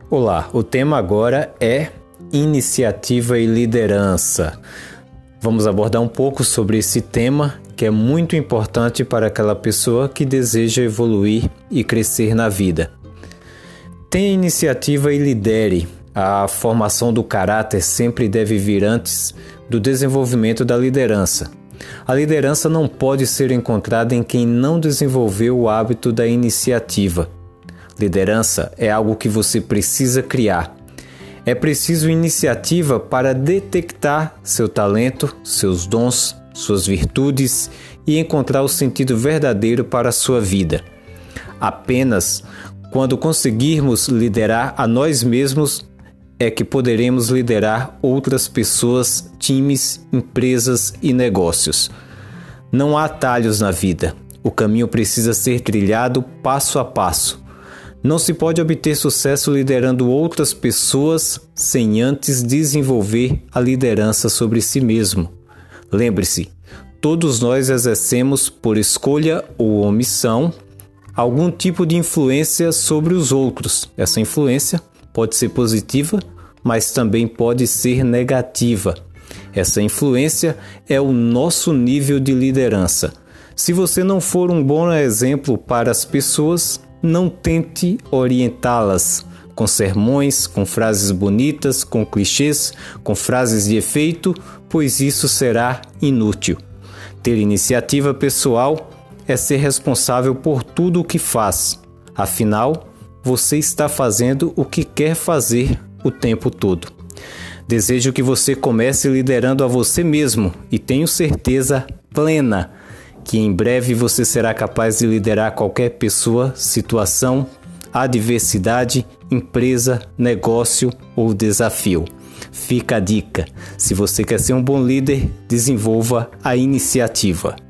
Olá, o tema agora é iniciativa e liderança. Vamos abordar um pouco sobre esse tema que é muito importante para aquela pessoa que deseja evoluir e crescer na vida. Tenha iniciativa e lidere. A formação do caráter sempre deve vir antes do desenvolvimento da liderança. A liderança não pode ser encontrada em quem não desenvolveu o hábito da iniciativa. Liderança é algo que você precisa criar. É preciso iniciativa para detectar seu talento, seus dons, suas virtudes e encontrar o sentido verdadeiro para a sua vida. Apenas quando conseguirmos liderar a nós mesmos é que poderemos liderar outras pessoas, times, empresas e negócios. Não há atalhos na vida. O caminho precisa ser trilhado passo a passo. Não se pode obter sucesso liderando outras pessoas sem antes desenvolver a liderança sobre si mesmo. Lembre-se, todos nós exercemos, por escolha ou omissão, algum tipo de influência sobre os outros. Essa influência pode ser positiva, mas também pode ser negativa. Essa influência é o nosso nível de liderança. Se você não for um bom exemplo para as pessoas, não tente orientá-las com sermões, com frases bonitas, com clichês, com frases de efeito, pois isso será inútil. Ter iniciativa pessoal é ser responsável por tudo o que faz. Afinal, você está fazendo o que quer fazer o tempo todo. Desejo que você comece liderando a você mesmo e tenho certeza plena que em breve você será capaz de liderar qualquer pessoa, situação, adversidade, empresa, negócio ou desafio. Fica a dica: se você quer ser um bom líder, desenvolva a iniciativa.